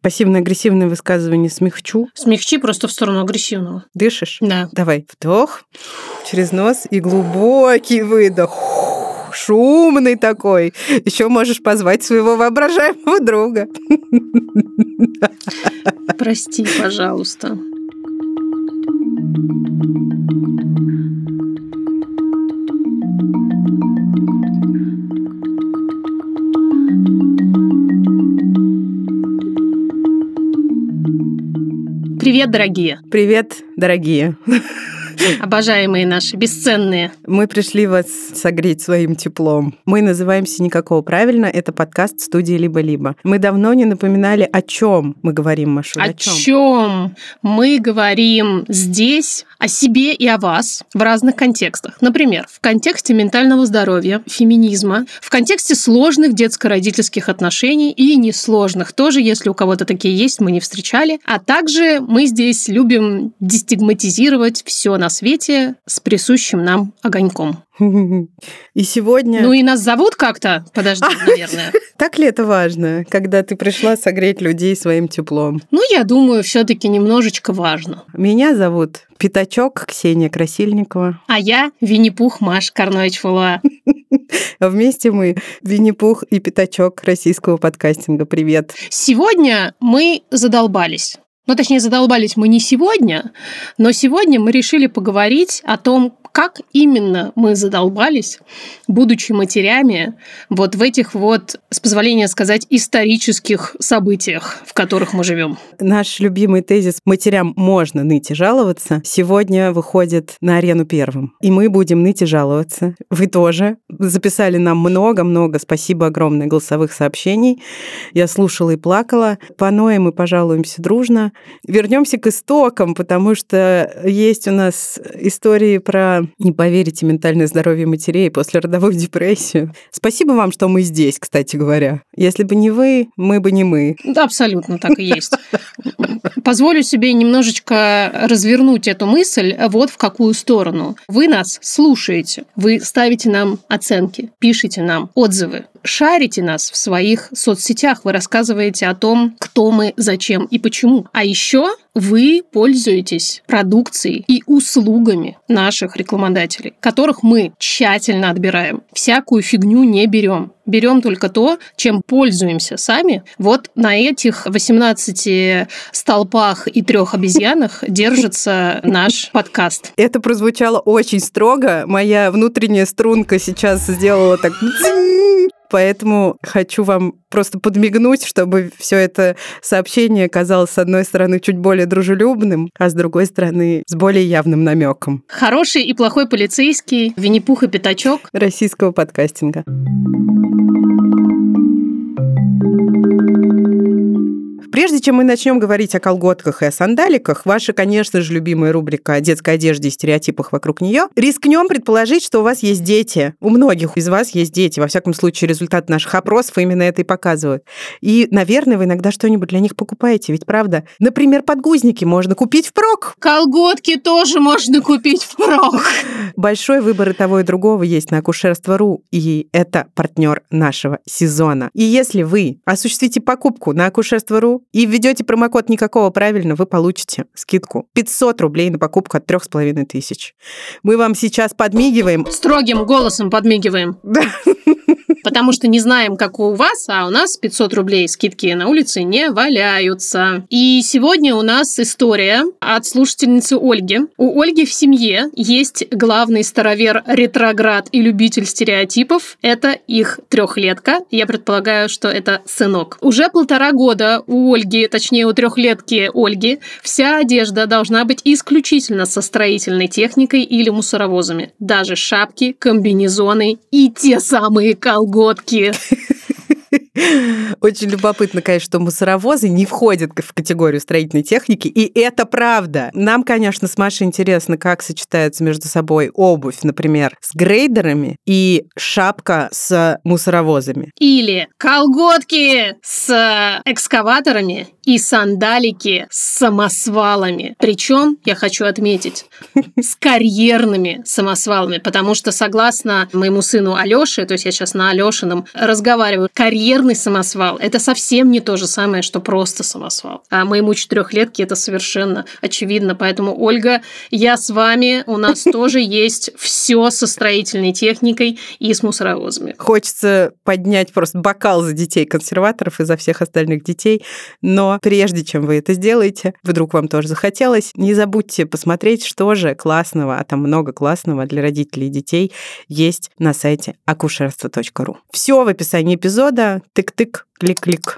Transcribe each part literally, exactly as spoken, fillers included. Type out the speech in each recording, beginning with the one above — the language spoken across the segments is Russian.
Пассивно-агрессивное высказывание смягчу. Смягчи просто в сторону агрессивного. Дышишь? Да. Давай. Вдох через нос и глубокий выдох. Шумный такой. Еще можешь позвать своего воображаемого друга. Прости, пожалуйста. Привет, дорогие. Привет, дорогие. Обожаемые наши, бесценные. Мы пришли вас согреть своим теплом. Мы называемся «Никакого правильно». Это подкаст студии «Либо-либо». Мы давно не напоминали, о чем мы говорим, Машуль. О, о чем? чем мы говорим здесь о себе и о вас в разных контекстах. Например, в контексте ментального здоровья, феминизма, в контексте сложных детско-родительских отношений и несложных тоже, если у кого-то такие есть, мы не встречали. А также мы здесь любим дестигматизировать все на свете с присущим нам огоньком. И сегодня... Ну и нас зовут как-то? Подожди, наверное. Так ли это важно, когда ты пришла согреть людей своим теплом? Ну, я думаю, все-таки немножечко важно. Меня зовут Пятачок Ксения Красильникова. А я Винни-Пух Маша Карнович-Фулуа. А вместе мы Винни-Пух и Пятачок российского подкастинга. Привет. Сегодня мы задолбались. Ну, точнее, задолбались мы не сегодня, но сегодня мы решили поговорить о том, как именно мы задолбались, будучи матерями, вот в этих вот, с позволения сказать, исторических событиях, в которых мы живем. Наш любимый тезис «матерям можно ныть и жаловаться» сегодня выходит на арену первым. И мы будем ныть и жаловаться. Вы тоже. Записали нам много-много, спасибо огромное, голосовых сообщений. Я слушала и плакала. Поноем и пожалуемся дружно. Вернемся к истокам, потому что есть у нас истории про, не поверите, ментальное здоровье матерей, послеродовую депрессию. Спасибо вам, что мы здесь, кстати говоря. Если бы не вы, мы бы не мы. Да, абсолютно так и есть. Позволю себе немножечко развернуть эту мысль вот в какую сторону. Вы нас слушаете, вы ставите нам оценки, пишите нам отзывы, шарите нас в своих соцсетях, вы рассказываете о том, кто мы, зачем и почему. А еще вы пользуетесь продукцией и услугами наших рекламодателей, которых мы тщательно отбираем. Всякую фигню не берем. Берем только то, чем пользуемся сами. Вот на этих восемнадцати столпах и трех обезьянах держится наш подкаст. Это прозвучало очень строго. Моя внутренняя струнка сейчас сделала так... Поэтому хочу вам просто подмигнуть, чтобы все это сообщение казалось, с одной стороны, чуть более дружелюбным, а с другой стороны, с более явным намеком. Хороший и плохой полицейский, Винни-Пух и Пятачок российского подкастинга. Прежде чем мы начнем говорить о колготках и о сандаликах, ваша, конечно же, любимая рубрика о детской одежде и стереотипах вокруг нее, рискнем предположить, что у вас есть дети. У многих из вас есть дети. Во всяком случае, результаты наших опросов именно это и показывают. И, наверное, вы иногда что-нибудь для них покупаете, ведь правда? Например, подгузники можно купить впрок. Колготки тоже можно купить впрок. Большой выбор и того, и другого есть на акушерство точка ру, и это партнер нашего сезона. И если вы осуществите покупку на акушерство точка ру и введете промокод «Никакого правильно», вы получите скидку пятьсот рублей на покупку от трех с половиной тысяч. Мы вам сейчас подмигиваем. Строгим голосом подмигиваем. Да. Потому что не знаем, как у вас, а у нас пятьсот рублей скидки на улице не валяются. И сегодня у нас история от слушательницы Ольги. У Ольги в семье есть главный старовер, ретроград и любитель стереотипов. Это их трехлетка. Я предполагаю, что это сынок. Уже полтора года у Ольги, точнее у трехлетки Ольги, вся одежда должна быть исключительно со строительной техникой или мусоровозами. Даже шапки, комбинезоны и те самые колготки. Очень любопытно, конечно, что мусоровозы не входят в категорию строительной техники, и это правда. Нам, конечно, с Машей интересно, как сочетается между собой обувь, например, с грейдерами и шапка с мусоровозами. Или колготки с экскаваторами и сандалики с самосвалами. Причем, я хочу отметить, с карьерными самосвалами, потому что, согласно моему сыну Алёше, то есть я сейчас на Алёшином разговариваю, карьерные Регулярный самосвал – это совсем не то же самое, что просто самосвал. А моему четырехлетке это совершенно очевидно. Поэтому, Ольга, я с вами. У нас тоже есть все со строительной техникой и с мусоровозами. Хочется поднять просто бокал за детей-консерваторов и за всех остальных детей. Но прежде чем вы это сделаете, вдруг вам тоже захотелось, не забудьте посмотреть, что же классного, а там много классного для родителей и детей есть на сайте акушерство точка ру. Все в описании эпизода. Тык-тык, клик-клик.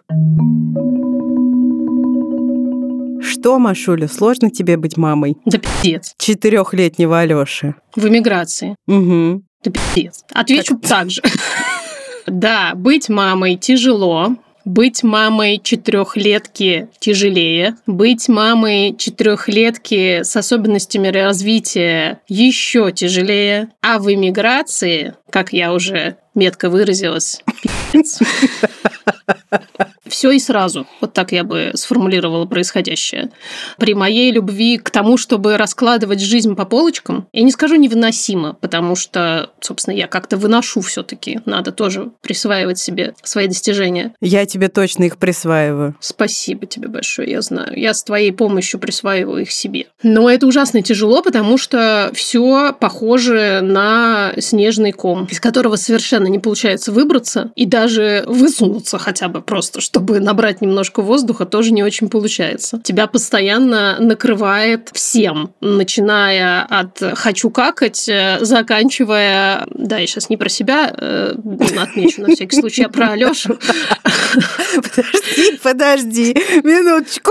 Что, Машуля, сложно тебе быть мамой? Да пиздец. Четырехлетнего Алёши. В эмиграции. Угу. Да пиздец. Отвечу так же. Да, быть мамой тяжело. Быть мамой четырехлетки тяжелее. Быть мамой четырехлетки с особенностями развития еще тяжелее. А в эмиграции, как я уже метко выразилась, пиздец. Все и сразу. Вот так я бы сформулировала происходящее. При моей любви к тому, чтобы раскладывать жизнь по полочкам, я не скажу невыносимо, потому что, собственно, я как-то выношу все-таки. Надо тоже присваивать себе свои достижения. Я тебе точно их присваиваю. Спасибо тебе большое, я знаю. Я с твоей помощью присваиваю их себе. Но это ужасно тяжело, потому что все похоже на снежный ком, из которого совершенно не получается выбраться и даже высунуться хотя бы просто, чтобы набрать немножко воздуха, тоже не очень получается. Тебя постоянно накрывает всем, начиная от «хочу какать», заканчивая... Да, я сейчас не про себя э, отмечу на всякий случай, а про Алёшу. Подожди, подожди, минуточку.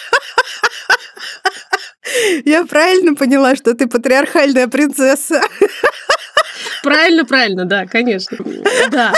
Я правильно поняла, что ты патриархальная принцесса? Правильно, правильно, да, конечно. Да.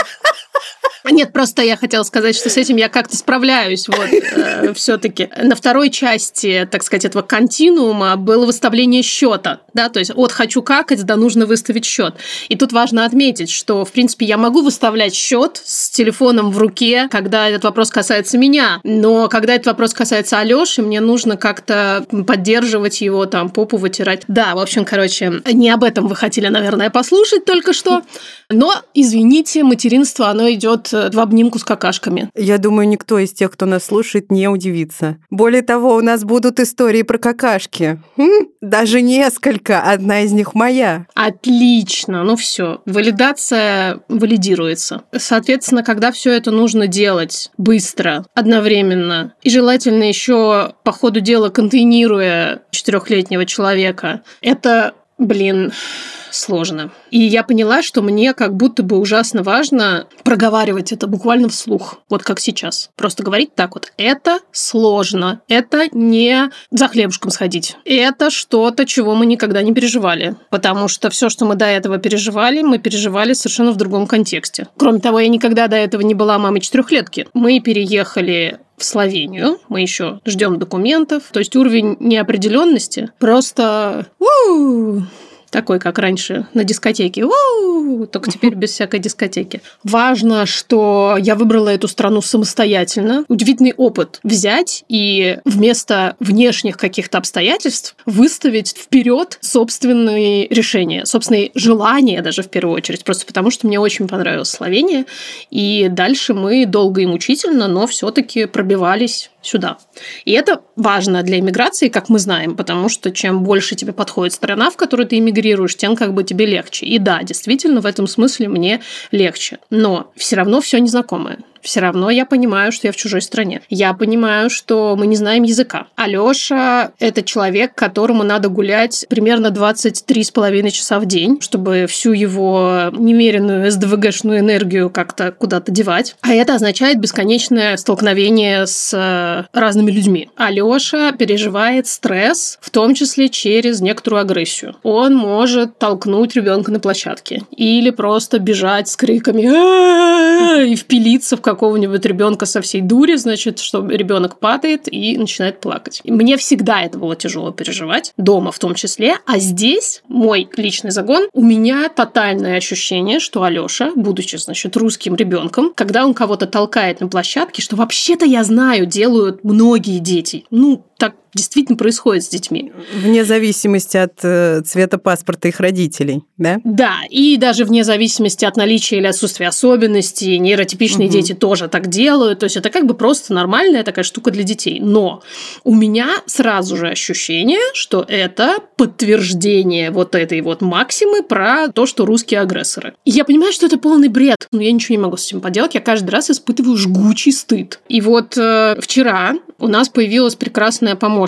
Нет, просто я хотела сказать, что с этим я как-то справляюсь. Вот, э, все-таки на второй части, так сказать, этого континуума было выставление счета, да, то есть от хочу какать, да, нужно выставить счет. И тут важно отметить, что, в принципе, я могу выставлять счет с телефоном в руке, когда этот вопрос касается меня, но когда этот вопрос касается Алёши, мне нужно как-то поддерживать его, там, попу вытирать. Да, в общем, короче, не об этом вы хотели, наверное, послушать только что, но, извините, материнство, оно идет в обнимку с какашками. Я думаю, никто из тех, кто нас слушает, не удивится. Более того, у нас будут истории про какашки. М? Даже несколько. Одна из них моя. Отлично. Ну все. Валидация валидируется. Соответственно, когда все это нужно делать быстро, одновременно, и желательно еще по ходу дела контейнируя четырехлетнего человека, это, блин... сложно. И я поняла, что мне как будто бы ужасно важно проговаривать это буквально вслух, вот как сейчас. Просто говорить так вот. Это сложно. Это не за хлебушком сходить. Это что-то, чего мы никогда не переживали. Потому что все, что мы до этого переживали, мы переживали совершенно в другом контексте. Кроме того, я никогда до этого не была мамой четырехлетки. Мы переехали в Словению. Мы еще ждем документов. То есть уровень неопределенности просто... У-у-у! Такой, как раньше на дискотеке. У-у-у! Только теперь без всякой дискотеки. Важно, что я выбрала эту страну самостоятельно. Удивительный опыт взять и вместо внешних каких-то обстоятельств выставить вперед собственные решения, собственные желания даже в первую очередь. Просто потому, что мне очень понравилась Словения. И дальше мы долго и мучительно, но все-таки пробивались сюда. И это важно для иммиграции, как мы знаем, потому что чем больше тебе подходит страна, в которую ты иммигрируешь, тем как бы тебе легче. И да, действительно, в этом смысле мне легче. Но все равно все незнакомое. Все равно я понимаю, что я в чужой стране. Я понимаю, что мы не знаем языка. Алёша – это человек, которому надо гулять примерно двадцать три с половиной часа в день, чтобы всю его немеренную эс дэ вэ гэшную энергию как-то куда-то девать. А это означает бесконечное столкновение с разными людьми. Алёша переживает стресс, в том числе через некоторую агрессию. Он может толкнуть ребенка на площадке или просто бежать с криками и впилиться в какого-нибудь ребенка со всей дури, значит, что ребенок падает и начинает плакать. И мне всегда это было тяжело переживать, дома в том числе, а здесь мой личный загон, у меня тотальное ощущение, что Алёша, будучи, значит, русским ребенком, когда он кого-то толкает на площадке, что вообще-то я знаю, делают многие дети, ну, так действительно происходит с детьми. Вне зависимости от э, цвета паспорта их родителей, да? Да, и даже вне зависимости от наличия или отсутствия особенностей, нейротипичные угу. дети тоже так делают, то есть это как бы просто нормальная такая штука для детей. Но у меня сразу же ощущение, что это подтверждение вот этой вот максимы про то, что русские агрессоры. И я понимаю, что это полный бред, но я ничего не могу с этим поделать, я каждый раз испытываю жгучий стыд. И вот э, вчера у нас появилась прекрасная помощница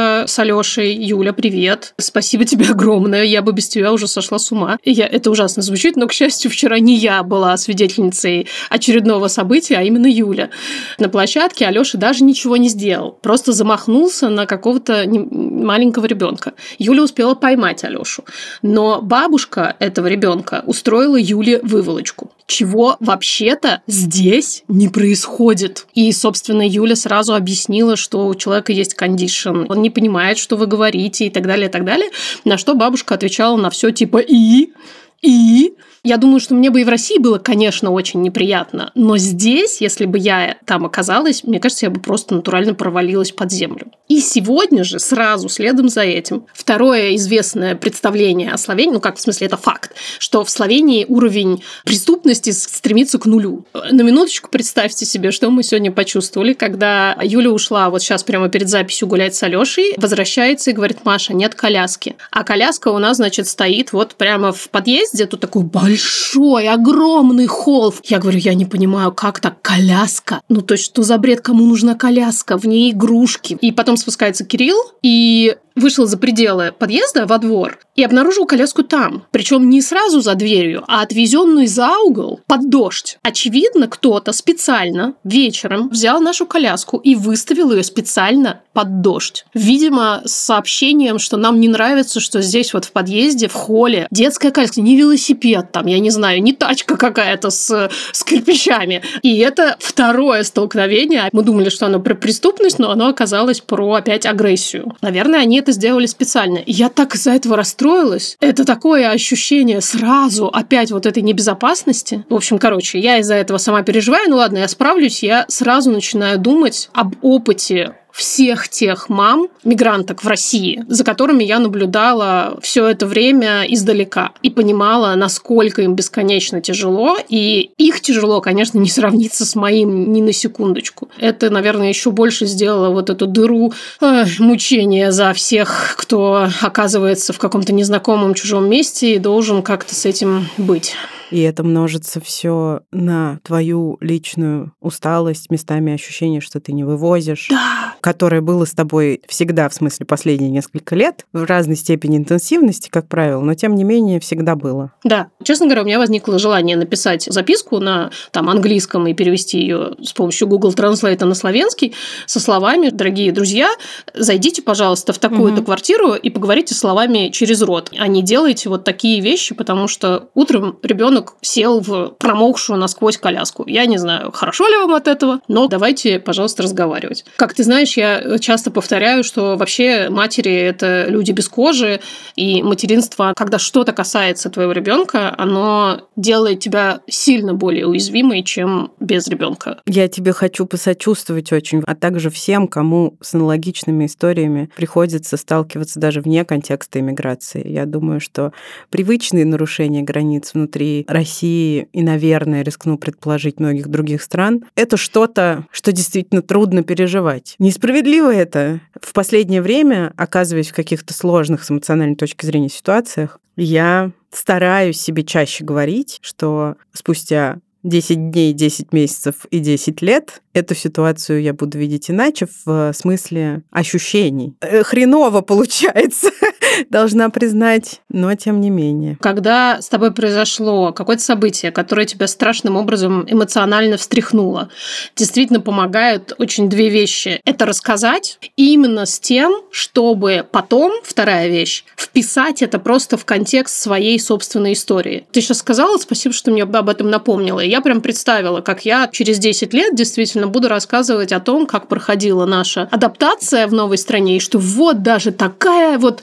с Алёшей. Юля, привет. Спасибо тебе огромное. Я бы без тебя уже сошла с ума. И я, это ужасно звучит, но, к счастью, вчера не я была свидетельницей очередного события, а именно Юля. На площадке Алёша даже ничего не сделал. Просто замахнулся на какого-то маленького ребенка. Юля успела поймать Алёшу. Но бабушка этого ребенка устроила Юле выволочку. Чего вообще-то здесь не происходит. И, собственно, Юля сразу объяснила, что у человека есть кондишн, он не понимает, что вы говорите, и так далее, и так далее. На что бабушка отвечала на все типа «и», «и». Я думаю, что мне бы и в России было, конечно, очень неприятно, но здесь, если бы я там оказалась, мне кажется, я бы просто натурально провалилась под землю. И сегодня же, сразу следом за этим, второе известное представление о Словении, ну как, в смысле, это факт, что в Словении уровень преступности стремится к нулю. На минуточку представьте себе, что мы сегодня почувствовали, когда Юля ушла вот сейчас прямо перед записью гулять с Алёшей, возвращается и говорит: Маша, нет коляски. А коляска у нас, значит, стоит вот прямо в подъезде, тут такой большой, огромный холл. Я говорю, я не понимаю, как так коляска? Ну, то есть, что за бред, кому нужна коляска? В ней игрушки. И потом спускается Кирилл и вышел за пределы подъезда во двор и обнаружил коляску там. Причем не сразу за дверью, а отвезенную за угол под дождь. Очевидно, кто-то специально вечером взял нашу коляску и выставил ее специально под дождь. Видимо, с сообщением, что нам не нравится, что здесь вот в подъезде, в холле детская коляска, не велосипед там, я не знаю, не тачка какая-то с, с кирпичами. И это второе столкновение. Мы думали, что оно про преступность, но оно оказалось про опять агрессию. Наверное, они это сделали специально. И я так из-за этого расстроилась. Это такое ощущение сразу опять вот этой небезопасности. В общем, короче, я из-за этого сама переживаю. Ну ладно, я справлюсь. Я сразу начинаю думать об опыте всех тех мам, мигранток в России, за которыми я наблюдала все это время издалека и понимала, насколько им бесконечно тяжело, и их тяжело, конечно, не сравнится с моим ни на секундочку. Это, наверное, еще больше сделало вот эту дыру э, мучения за всех, кто оказывается в каком-то незнакомом чужом месте и должен как-то с этим быть. И это множится все на твою личную усталость, местами ощущение, что ты не вывозишь, да. которое было с тобой всегда, в смысле, последние несколько лет, в разной степени интенсивности, как правило, но тем не менее всегда было. Да. Честно говоря, у меня возникло желание написать записку на там, английском и перевести ее с помощью Google Translate на словенский со словами: дорогие друзья, зайдите, пожалуйста, в такую-то угу. квартиру и поговорите словами через рот, а не делайте вот такие вещи, потому что утром ребенок сел в промокшую насквозь коляску. Я не знаю, хорошо ли вам от этого, но давайте, пожалуйста, разговаривать. Как ты знаешь, я часто повторяю, что вообще матери – это люди без кожи, и материнство, когда что-то касается твоего ребенка, оно делает тебя сильно более уязвимой, чем без ребенка. Я тебе хочу посочувствовать очень, а также всем, кому с аналогичными историями приходится сталкиваться даже вне контекста иммиграции. Я думаю, что привычные нарушения границ внутри России и, наверное, рискну предположить, многих других стран, это что-то, что действительно трудно переживать. Несправедливо это. В последнее время, оказываясь в каких-то сложных с эмоциональной точки зрения ситуациях, я стараюсь себе чаще говорить, что спустя десять дней, десять месяцев и десять лет эту ситуацию я буду видеть иначе в смысле ощущений. Хреново получается, должна признать, но тем не менее. Когда с тобой произошло какое-то событие, которое тебя страшным образом эмоционально встряхнуло, действительно помогают очень две вещи. Это рассказать именно с тем, чтобы потом, вторая вещь, вписать это просто в контекст своей собственной истории. Ты сейчас сказала, спасибо, что мне об этом напомнила. Я прям представила, как я через десять лет действительно буду рассказывать о том, как проходила наша адаптация в новой стране, и что вот даже такая вот неприятная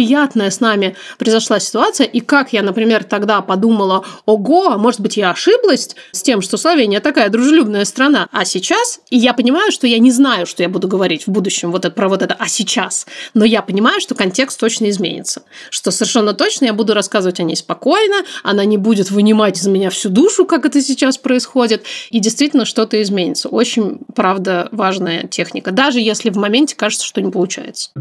неприятная с нами произошла ситуация, и как я, например, тогда подумала, ого, а может быть, я ошиблась с тем, что Словения такая дружелюбная страна, а сейчас, и я понимаю, что я не знаю, что я буду говорить в будущем вот это, про вот это «а сейчас», но я понимаю, что контекст точно изменится, что совершенно точно я буду рассказывать о ней спокойно, она не будет вынимать из меня всю душу, как это сейчас происходит, и действительно что-то изменится. Очень, правда, важная техника, даже если в моменте кажется, что не получается.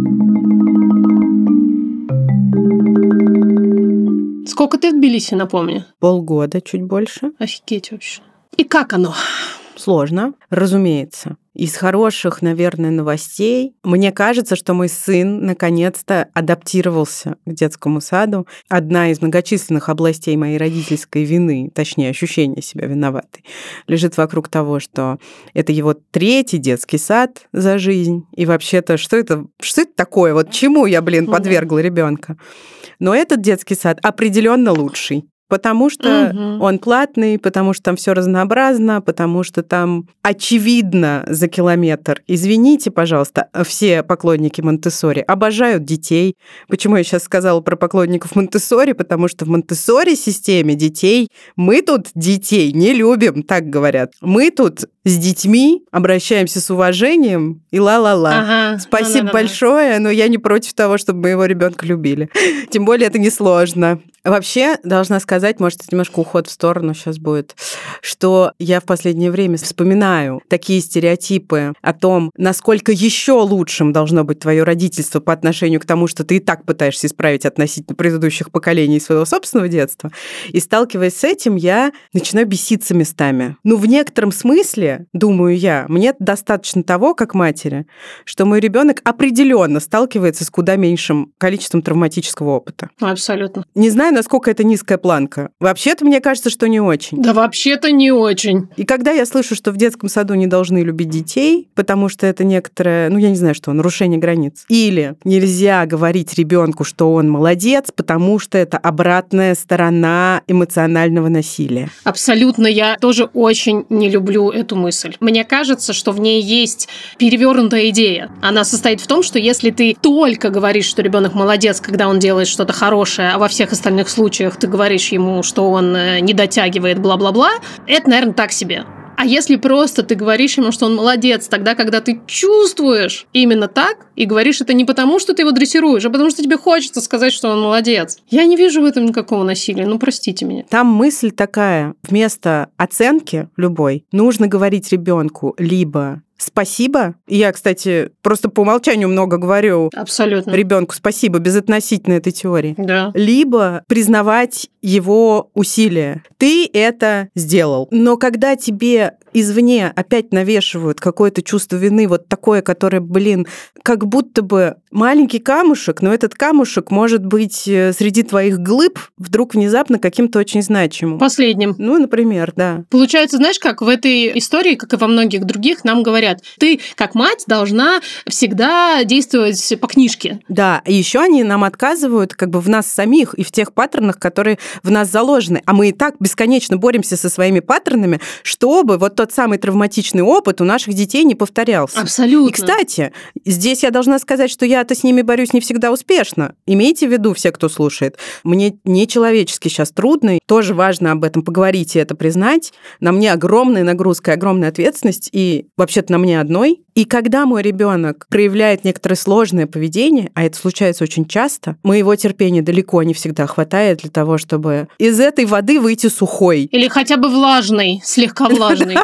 Сколько ты в Тбилиси, напомни? Полгода, чуть больше. Офигеть вообще. И как оно? Сложно, разумеется. Из хороших, наверное, новостей. Мне кажется, что мой сын наконец-то адаптировался к детскому саду. Одна из многочисленных областей моей родительской вины, точнее, ощущения себя виноватой, лежит вокруг того, что это его третий детский сад за жизнь. И вообще-то, что это, что это такое? Вот чему я, блин, подвергла ребенка? Но этот детский сад определенно лучший. Потому что угу. он платный, потому что там все разнообразно, потому что там очевидно за километр. Извините, пожалуйста, все поклонники Монтессори обожают детей. Почему я сейчас сказала про поклонников Монтессори? Потому что в Монтессори-системе детей мы тут детей не любим, так говорят. Мы тут с детьми обращаемся с уважением и ла-ла-ла. Ага. Спасибо Да-да-да. большое, но я не против того, чтобы моего ребенка любили. Тем более это несложно. Вообще, должна сказать, может, это немножко уход в сторону сейчас будет, что я в последнее время вспоминаю такие стереотипы о том, насколько еще лучшим должно быть твое родительство по отношению к тому, что ты и так пытаешься исправить относительно предыдущих поколений своего собственного детства. И сталкиваясь с этим, я начинаю беситься местами. Ну, в некотором смысле, думаю я, мне достаточно того, как матери, что мой ребенок определенно сталкивается с куда меньшим количеством травматического опыта. Абсолютно. Не знаю, насколько это низкая планка. Вообще-то, мне кажется, что не очень. Да вообще-то не очень. И когда я слышу, что в детском саду не должны любить детей, потому что это некоторое, ну, я не знаю, что, нарушение границ. Или нельзя говорить ребенку, что он молодец, потому что это обратная сторона эмоционального насилия. Абсолютно. Я тоже очень не люблю эту мысль. Мне кажется, что в ней есть перевернутая идея. Она состоит в том, что если ты только говоришь, что ребенок молодец, когда он делает что-то хорошее, а во всех остальных случаях ты говоришь ему, что он не дотягивает, бла-бла-бла, это, наверное, так себе. А если просто ты говоришь ему, что он молодец, тогда, когда ты чувствуешь именно так, и говоришь это не потому, что ты его дрессируешь, а потому что тебе хочется сказать, что он молодец. Я не вижу в этом никакого насилия, ну простите меня. Там мысль такая, вместо оценки любой нужно говорить ребенку либо спасибо. И я, кстати, просто по умолчанию много говорю абсолютно ребенку спасибо, безотносительно этой теории. Да. Либо признавать его усилия. Ты это сделал. Но когда тебе извне опять навешивают какое-то чувство вины, вот такое, которое, блин, как будто бы маленький камушек, но этот камушек может быть среди твоих глыб вдруг внезапно каким-то очень значимым. Последним. Ну, например, да. Получается, знаешь, как в этой истории, как и во многих других, нам говорят, ты, как мать, должна всегда действовать по книжке. Да, и еще они нам отказывают как бы в нас самих и в тех паттернах, которые в нас заложены. А мы и так бесконечно боремся со своими паттернами, чтобы вот тот самый травматичный опыт у наших детей не повторялся. Абсолютно. И, кстати, здесь я должна сказать, что я-то с ними борюсь не всегда успешно. Имейте в виду, все, кто слушает. Мне нечеловечески сейчас трудно. Тоже важно об этом поговорить и это признать. На мне огромная нагрузка и огромная ответственность. И вообще-то на мне одной. И когда мой ребенок проявляет некоторое сложное поведение, а это случается очень часто, моего терпения далеко не всегда хватает для того, чтобы из этой воды выйти сухой. Или хотя бы влажный, слегка влажный.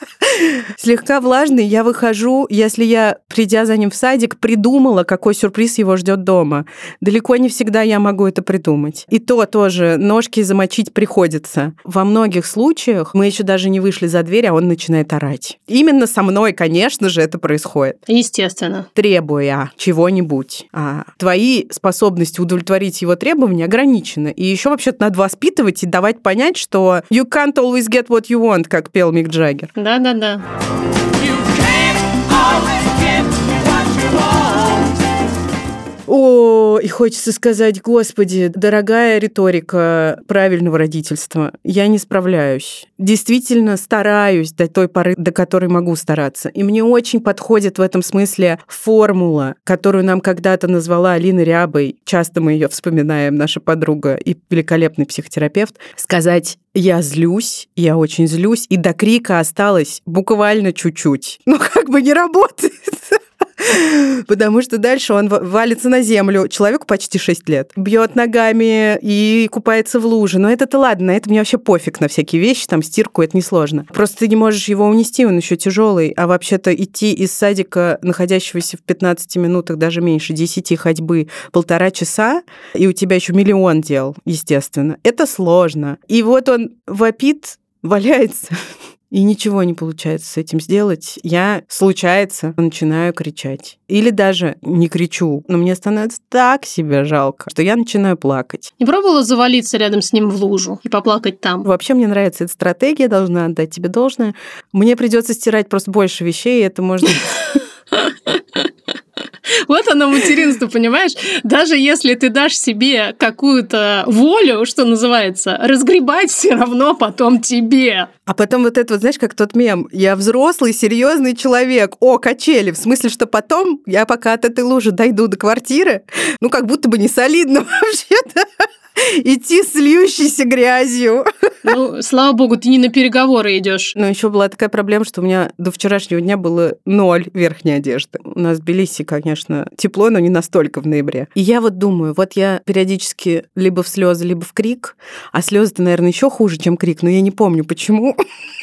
Слегка влажный, я выхожу, если я, придя за ним в садик, придумала, какой сюрприз его ждет дома. Далеко не всегда я могу это придумать. И то тоже ножки замочить приходится. Во многих случаях мы еще даже не вышли за дверь, а он начинает орать. Именно со мной, конечно же, это происходит. Естественно. Требуя чего-нибудь. А твои способности удовлетворить его требования ограничены. И еще вообще-то надо воспитывать и давать понять, что you can't always get what you want, как пел Мик Джаггер. Да-да-да. О, и хочется сказать: Господи, дорогая риторика правильного родительства, я не справляюсь. Действительно стараюсь до той поры, до которой могу стараться. И мне очень подходит в этом смысле формула, которую нам когда-то назвала Алина Рябой. Часто мы ее вспоминаем, наша подруга и великолепный психотерапевт. Сказать: я злюсь, я очень злюсь, и до крика осталось буквально чуть-чуть. Ну, как бы не работает. Потому что дальше он валится на землю. Человеку почти шесть лет. Бьет ногами и купается в луже. Но это-то ладно, на это мне вообще пофиг на всякие вещи, там, стирку, это несложно. Просто ты не можешь его унести, он еще тяжелый. А вообще-то идти из садика, находящегося в пятнадцати минутах, даже меньше, десяти ходьбы, полтора часа, и у тебя еще миллион дел, естественно. Это сложно. И вот он вопит, валяется, и ничего не получается с этим сделать. Я, случается, начинаю кричать. Или даже не кричу, но мне становится так себя жалко, что я начинаю плакать. Не пробовала завалиться рядом с ним в лужу и поплакать там? Вообще мне нравится эта стратегия, должна отдать тебе должное. Мне придется стирать просто больше вещей, и это может быть... Вот оно материнство, понимаешь? Даже если ты дашь себе какую-то волю, что называется, разгребать все равно потом тебе. А потом вот это вот, знаешь, как тот мем: я взрослый, серьезный человек, о, качели, в смысле, что потом я пока от этой лужи дойду до квартиры, ну, как будто бы не солидно вообще-то идти с льющейся грязью. Ну, слава богу, ты не на переговоры идешь. Но еще была такая проблема, что у меня до вчерашнего дня было ноль верхней одежды. У нас в Тбилиси, конечно, тепло, но не настолько в ноябре. И я вот думаю, вот я периодически либо в слезы, либо в крик, а слезы-то, наверное, еще хуже, чем крик, но я не помню, почему.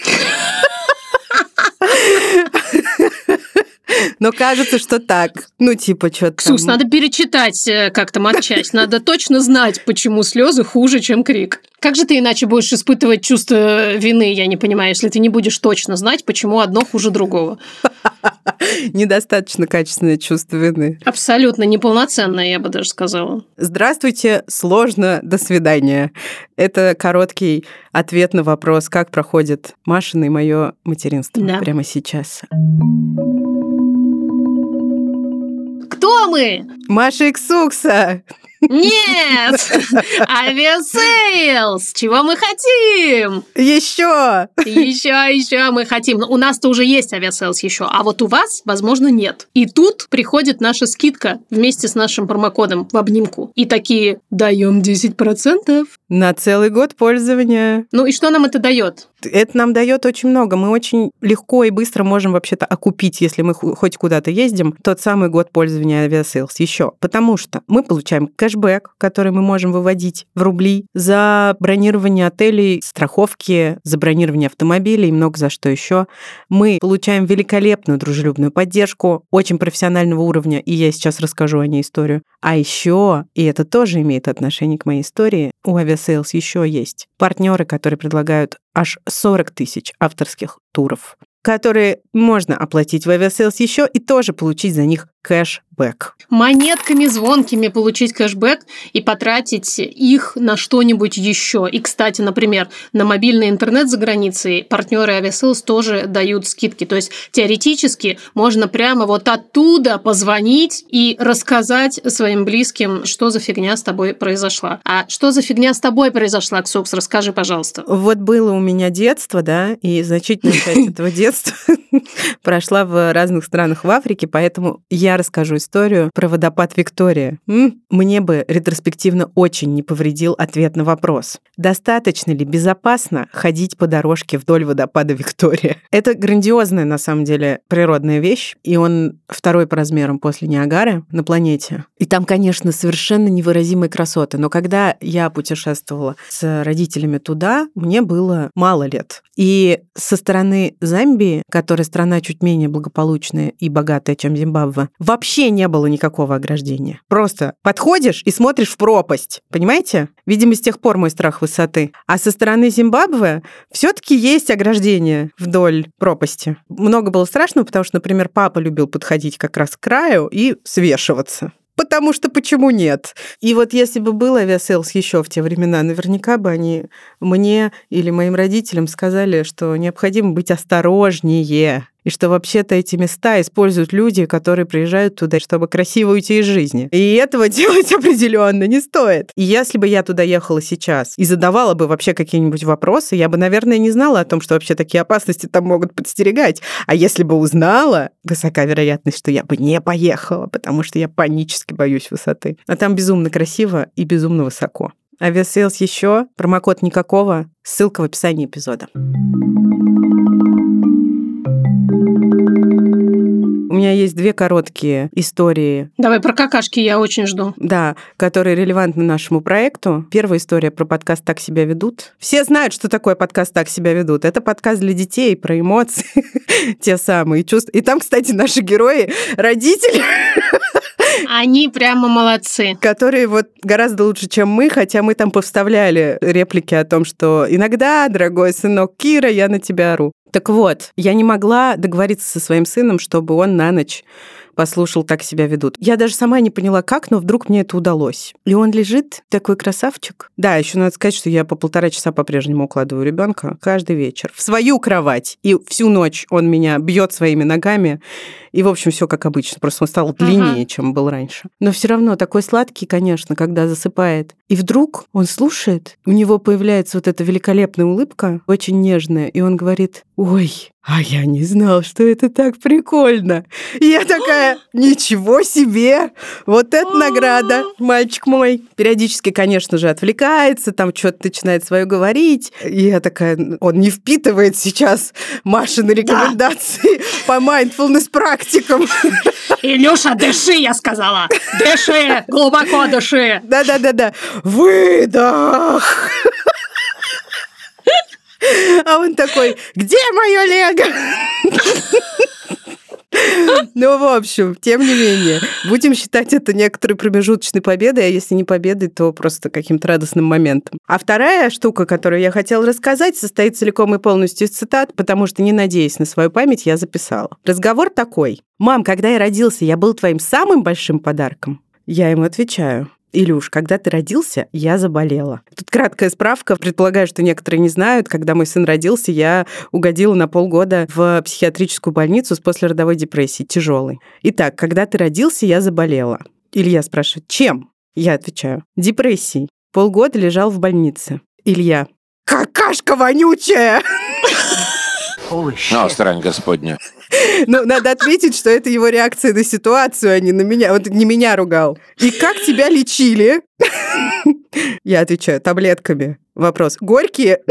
Но кажется, что так. Ну, типа, что-то Ксус, там... надо перечитать как-то матчасть. Надо точно знать, почему слезы хуже, чем крик. Как же ты иначе будешь испытывать чувство вины, я не понимаю, если ты не будешь точно знать, почему одно хуже другого? Недостаточно качественное чувство вины. Абсолютно неполноценное, я бы даже сказала. Здравствуйте, сложно, до свидания. Это короткий ответ на вопрос, как проходит Машина и мое материнство да. прямо сейчас. Кто мы? Маша и Ксукса. Нет! Авиасейлс! Чего мы хотим? Еще! Еще, еще мы хотим. У нас-то уже есть авиасейлс еще, а вот у вас, возможно, нет. И тут приходит наша скидка вместе с нашим промокодом в обнимку. И такие: даем десять процентов. На целый год пользования. Ну и что нам это дает? Это нам дает очень много. Мы очень легко и быстро можем вообще-то окупить, если мы хоть куда-то ездим, тот самый год пользования авиасейлс еще. Потому что мы получаем кэшбэк, который мы можем выводить в рубли за бронирование отелей, страховки, за бронирование автомобилей и много за что еще. Мы получаем великолепную дружелюбную поддержку очень профессионального уровня, и я сейчас расскажу о ней историю. А еще, и это тоже имеет отношение к моей истории, у авиасейлс еще есть партнеры, которые предлагают аж сорок тысяч авторских туров, которые можно оплатить в авиасейлс еще и тоже получить за них кэшбэк. Монетками звонкими получить кэшбэк и потратить их на что-нибудь еще. И, кстати, например, на мобильный интернет за границей партнеры авиасейлс тоже дают скидки. То есть теоретически можно прямо вот оттуда позвонить и рассказать своим близким, что за фигня с тобой произошла. А что за фигня с тобой произошла, Ксукс? Расскажи, пожалуйста. Вот было у меня детство, да, и значительная часть этого детства прошла в разных странах в Африке, поэтому я расскажу историю про водопад Виктория. М? Мне бы ретроспективно очень не повредил ответ на вопрос: достаточно ли безопасно ходить по дорожке вдоль водопада Виктория? Это грандиозная, на самом деле, природная вещь, и он второй по размерам после Ниагары на планете. И там, конечно, совершенно невыразимые красоты, но когда я путешествовала с родителями туда, мне было мало лет. И со стороны Замбии, которая страна чуть менее благополучная и богатая, чем Зимбабве, вообще не было никакого ограждения. Просто подходишь и смотришь в пропасть. Понимаете? Видимо, с тех пор мой страх высоты. А со стороны Зимбабве все-таки есть ограждение вдоль пропасти. Много было страшного, потому что, например, папа любил подходить как раз к краю и свешиваться. Потому что почему нет? И вот если бы был авиасейлс еще в те времена, наверняка бы они мне или моим родителям сказали, что необходимо быть осторожнее. И что вообще-то эти места используют люди, которые приезжают туда, чтобы красиво уйти из жизни. И этого делать определенно не стоит. И если бы я туда ехала сейчас и задавала бы вообще какие-нибудь вопросы, я бы, наверное, не знала о том, что вообще такие опасности там могут подстерегать. А если бы узнала, высока вероятность, что я бы не поехала, потому что я панически боюсь высоты. А там безумно красиво и безумно высоко. Авиасейлс еще, промокод никакого, ссылка в описании эпизода. У меня есть две короткие истории. Давай про какашки, я очень жду. Да, которые релевантны нашему проекту. Первая история про подкаст «Так себя ведут». Все знают, что такое подкаст «Так себя ведут». Это подкаст для детей, про эмоции, те самые чувства. И там, кстати, наши герои, родители... Они прямо молодцы. Которые вот гораздо лучше, чем мы, хотя мы там повставляли реплики о том, что иногда, дорогой сынок Кира, я на тебя ору. Так вот, я не могла договориться со своим сыном, чтобы он на ночь послушал «Так себя ведут». Я даже сама не поняла, как, но вдруг мне это удалось. И он лежит, такой красавчик. Да, еще надо сказать, что я по полтора часа по-прежнему укладываю ребенка каждый вечер в свою кровать. И всю ночь он меня бьет своими ногами. И, в общем, все как обычно. Просто он стал длиннее, ага. чем был раньше. Но все равно такой сладкий, конечно, когда засыпает. И вдруг он слушает, у него появляется вот эта великолепная улыбка, очень нежная, и он говорит: «Ой, а я не знал, что это так прикольно». И я такая: ничего себе! Вот это награда, мальчик мой. Периодически, конечно же, отвлекается, там что-то начинает свое говорить. И я такая: он не впитывает сейчас Машины рекомендации да. по mindfulness-практикам. Илюша, дыши, я сказала. Дыши, глубоко дыши. Да-да-да-да. Выдох. А он такой: где мое лего? Ну, в общем, тем не менее, будем считать это некоторой промежуточной победой, а если не победой, то просто каким-то радостным моментом. А вторая штука, которую я хотела рассказать, состоит целиком и полностью из цитат, потому что, не надеясь на свою память, я записала. Разговор такой: «Мам, когда я родился, я был твоим самым большим подарком?» Я ему отвечаю: «Илюш, когда ты родился, я заболела». Тут краткая справка. Предполагаю, что некоторые не знают. Когда мой сын родился, я угодила на полгода в психиатрическую больницу с послеродовой депрессией, тяжелой. Итак, когда ты родился, я заболела. Илья спрашивает: чем? Я отвечаю: депрессией. Полгода лежал в больнице. Илья: какашка вонючая! О, страсть Господня. Ну, надо отметить, что это его реакция на ситуацию, а не на меня. Он не меня ругал. И как тебя лечили? Я отвечаю: таблетками. Вопрос: горькие?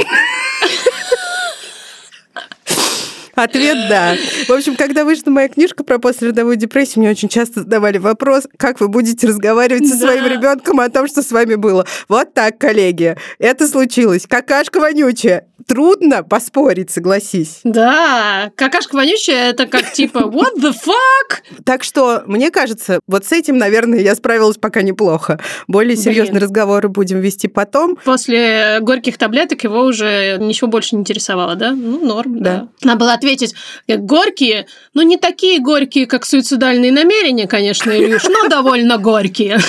Ответ – да. В общем, когда вышла моя книжка про послеродовую депрессию, мне очень часто задавали вопрос: как вы будете разговаривать со своим да. ребенком о том, что с вами было. Вот так, коллеги. Это случилось. Какашка вонючая. Трудно поспорить, согласись. Да, какашка вонючая – это как типа what the fuck? Так что, мне кажется, вот с этим, наверное, я справилась пока неплохо. Более серьезные разговоры будем вести потом. После горьких таблеток его уже ничего больше не интересовало, да? Ну, норм, да. да. Надо было ответить: горькие, ну, не такие горькие, как суицидальные намерения, конечно, Илюш, но довольно горькие.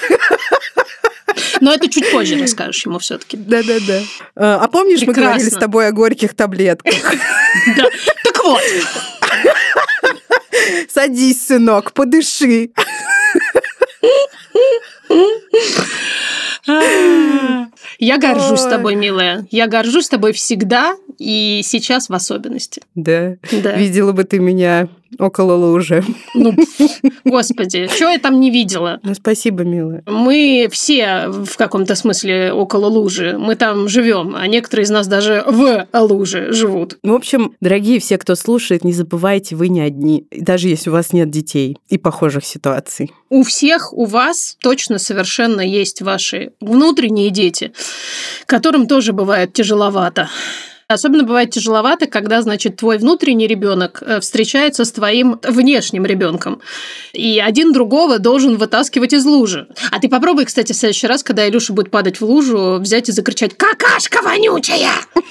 Но это чуть позже расскажешь ему все-таки. Да-да-да. А помнишь, Прекрасно. Мы говорили с тобой о горьких таблетках? Да. Так вот. Садись, сынок, подыши. Я горжусь Ой. тобой, милая. Я горжусь тобой всегда и сейчас в особенности. Да? Да. Видела бы ты меня около лужи. Ну, господи, что я там не видела? Ну, спасибо, милая. Мы все в каком-то смысле около лужи. Мы там живем, а некоторые из нас даже в луже живут. В общем, дорогие все, кто слушает, не забывайте, вы не одни. Даже если у вас нет детей и похожих ситуаций. У всех, у вас точно совершенно есть ваши внутренние дети, которым тоже бывает тяжеловато. Особенно бывает тяжеловато, когда, значит, твой внутренний ребенок встречается с твоим внешним ребенком, и один другого должен вытаскивать из лужи. А ты попробуй, кстати, в следующий раз, когда Илюша будет падать в лужу, взять и закричать: «Какашка вонючая!»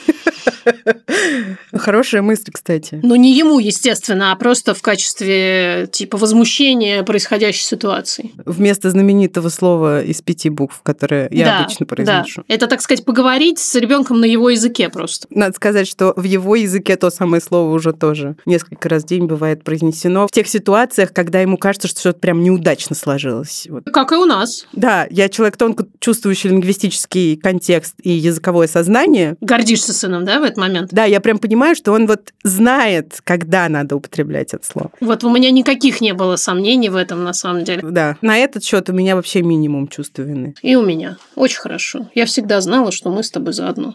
Хорошая мысль, кстати. Ну, не ему, естественно, а просто в качестве, типа, возмущения происходящей ситуации. Вместо знаменитого слова из пяти букв, которое я да, обычно произношу. Да. Это, так сказать, поговорить с ребенком на его языке просто. Надо надо сказать, что в его языке то самое слово уже тоже несколько раз в день бывает произнесено в тех ситуациях, когда ему кажется, что что-то прям неудачно сложилось. Вот. Как и у нас. Да, я человек тонко чувствующий лингвистический контекст и языковое сознание. Гордишься сыном, да, в этот момент? Да, я прям понимаю, что он вот знает, когда надо употреблять это слово. Вот у меня никаких не было сомнений в этом, на самом деле. Да, на этот счет у меня вообще минимум чувства вины. И у меня. Очень хорошо. Я всегда знала, что мы с тобой заодно.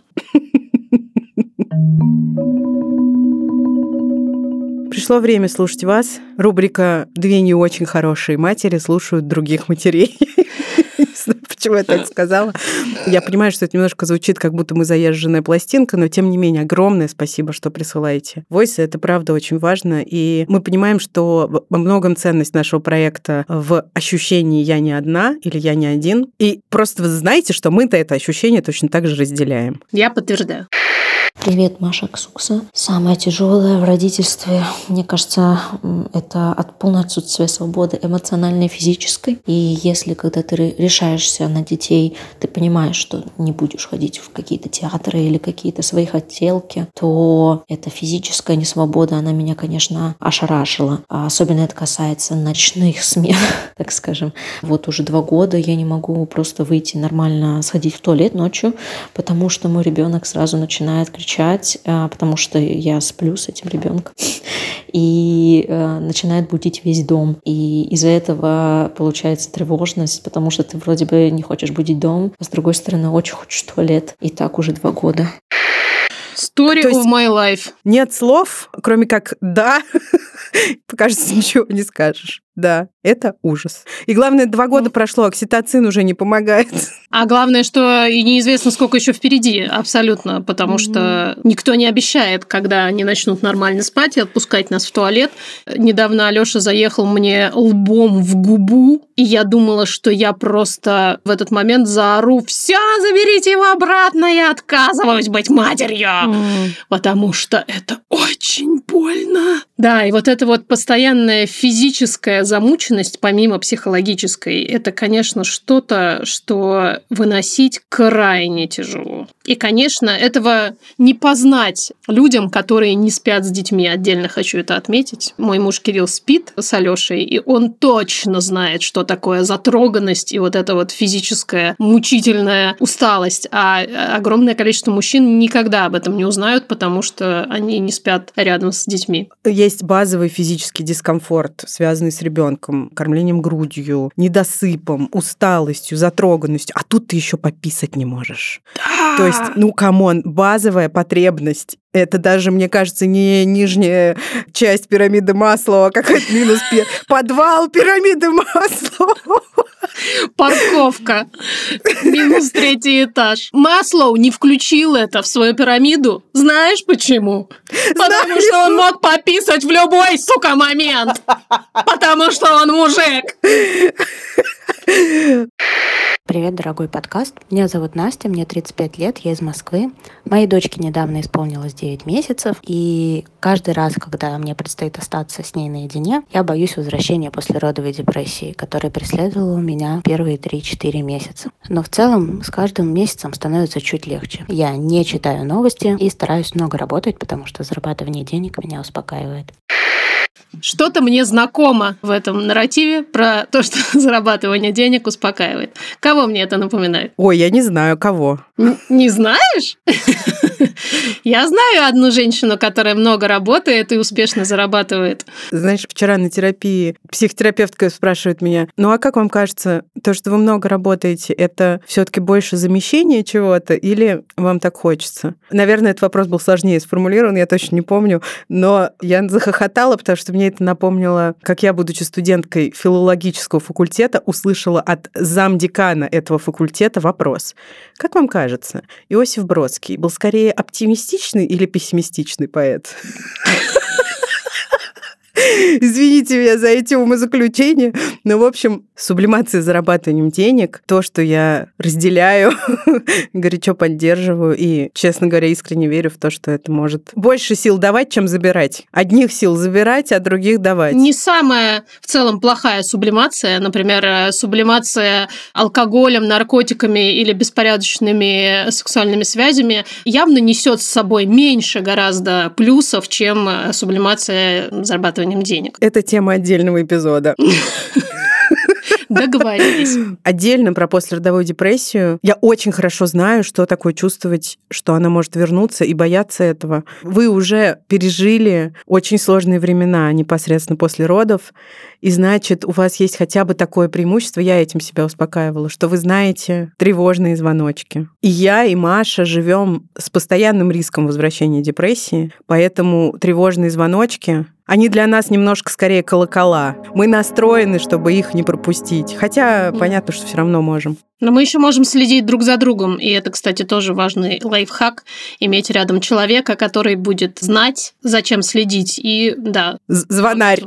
Пришло время слушать вас. Рубрика «Две не очень хорошие матери слушают других матерей». Не знаю, почему я так сказала. Я понимаю, что это немножко звучит, как будто мы заезженная пластинка, но тем не менее огромное спасибо, что присылаете войсы. Это правда очень важно. И мы понимаем, что во многом ценность нашего проекта в ощущении «я не одна» или «я не один». И просто вы знаете, что мы-то это ощущение точно так же разделяем. Я подтверждаю. Привет, Маша Ксукса. Самое тяжелое в родительстве, мне кажется, это от полного отсутствия свободы эмоциональной и физической. И если, когда ты решаешься на детей, ты понимаешь, что не будешь ходить в какие-то театры или какие-то свои хотелки, то эта физическая несвобода, она меня, конечно, ошарашила. А особенно это касается ночных смен, так скажем. Вот уже два года я не могу просто выйти нормально, сходить в туалет ночью, потому что мой ребенок сразу начинает кричать, потому что я сплю с этим ребенком, и э, начинает будить весь дом. И из-за этого получается тревожность, потому что ты вроде бы не хочешь будить дом, а с другой стороны очень хочешь в туалет. И так уже два года. Story of my life. Нет слов, кроме как «да», кажется, ничего не скажешь. Да, это ужас. И главное, два года прошло, окситоцин уже не помогает. А главное, что и неизвестно, сколько еще впереди, абсолютно, потому mm-hmm. что никто не обещает, когда они начнут нормально спать и отпускать нас в туалет. Недавно Алёша заехал мне лбом в губу, и я думала, что я просто в этот момент заору: «Все, заберите его обратно, я отказываюсь быть матерью!» mm-hmm. Потому что это очень больно. Да, и вот это вот постоянная физическая замученность, помимо психологической, это, конечно, что-то, что выносить крайне тяжело. И, конечно, этого не познать людям, которые не спят с детьми. Отдельно хочу это отметить. Мой муж Кирилл спит с Алёшей, и он точно знает, что такое затроганность и вот эта вот физическая мучительная усталость. А огромное количество мужчин никогда об этом не узнают, потому что они не спят рядом с детьми. Есть базовый физический дискомфорт, связанный с ребенком, кормлением грудью, недосыпом, усталостью, затроганностью, а тут ты еще пописать не можешь. Да. То есть, ну, камон, базовая потребность. Это даже, мне кажется, не нижняя часть пирамиды Маслоу, а какой-то минус пи... подвал пирамиды Маслоу. Парковка. Минус третий этаж. Маслоу не включил это в свою пирамиду. Знаешь почему? Потому Знаю. что он мог пописать в любой, сука, момент. Потому что он мужик. Привет, дорогой подкаст. Меня зовут Настя, мне тридцать пять лет, я из Москвы. Моей дочке недавно исполнилось девять месяцев, и каждый раз, когда мне предстоит остаться с ней наедине, я боюсь возвращения послеродовой депрессии, которая преследовала меня первые три-четыре месяца. Но в целом с каждым месяцем становится чуть легче. Я не читаю новости и стараюсь много работать, потому что зарабатывание денег меня успокаивает. Что-то мне знакомо в этом нарративе про то, что зарабатывание денег успокаивает. Кого мне это напоминает? Ой, я не знаю, кого. Н- не знаешь? Я знаю одну женщину, которая много работает и успешно зарабатывает. Знаешь, вчера на терапии психотерапевтка спрашивает меня: ну а как вам кажется, то, что вы много работаете, это все-таки больше замещение чего-то или вам так хочется? Наверное, этот вопрос был сложнее сформулирован, я точно не помню, но я захохотала, потому что мне это напомнило, как я, будучи студенткой филологического факультета, услышала от замдекана этого факультета вопрос: как вам кажется, Иосиф Бродский был скорее оптимистичный или пессимистичный поэт? Извините меня за эти умозаключения. Но, в общем, сублимация зарабатыванием денег, то, что я разделяю, горячо поддерживаю и, честно говоря, искренне верю в то, что это может больше сил давать, чем забирать. Одних сил забирать, а других давать. Не самая в целом плохая сублимация, например, сублимация алкоголем, наркотиками или беспорядочными сексуальными связями, явно несет с собой меньше гораздо плюсов, чем сублимация зарабатыванием денег. Это тема отдельного эпизода. Договорились. Отдельно про послеродовую депрессию. Я очень хорошо знаю, что такое чувствовать, что она может вернуться, и бояться этого. Вы уже пережили очень сложные времена непосредственно после родов, и значит, у вас есть хотя бы такое преимущество, я этим себя успокаивала, что вы знаете тревожные звоночки. И я, и Маша живем с постоянным риском возвращения депрессии, поэтому тревожные звоночки, они для нас немножко скорее колокола. Мы настроены, чтобы их не пропустить. Хотя понятно, что все равно можем. Но мы еще можем следить друг за другом. И это, кстати, тоже важный лайфхак. Иметь рядом человека, который будет знать, зачем следить. И да. Звонарь.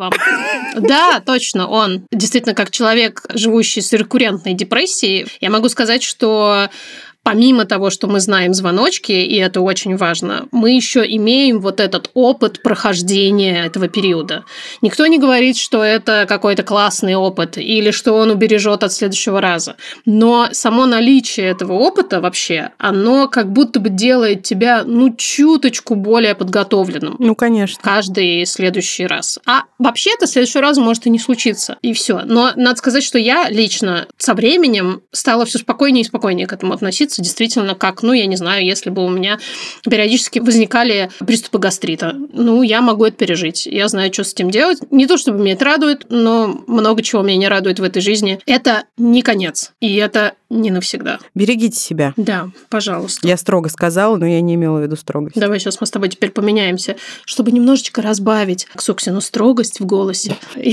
Да, точно, он. Действительно, как человек, живущий с рекуррентной депрессией, я могу сказать, что помимо того, что мы знаем звоночки, и это очень важно, мы еще имеем вот этот опыт прохождения этого периода. Никто не говорит, что это какой-то классный опыт или что он убережет от следующего раза. Но само наличие этого опыта вообще, оно как будто бы делает тебя, ну, чуточку более подготовленным. Ну, конечно. Каждый следующий раз. А вообще-то в следующий раз может и не случиться. И все. Но надо сказать, что я лично со временем стала все спокойнее и спокойнее к этому относиться. Действительно, как, ну, я не знаю, если бы у меня периодически возникали приступы гастрита. Ну, я могу это пережить. Я знаю, что с этим делать. Не то, чтобы меня это радует, но много чего меня не радует в этой жизни. Это не конец. И это не навсегда. Берегите себя. Да, пожалуйста. Я строго сказала, но я не имела в виду строгость. Давай сейчас мы с тобой теперь поменяемся, чтобы немножечко разбавить Ксуксину строгость в голосе.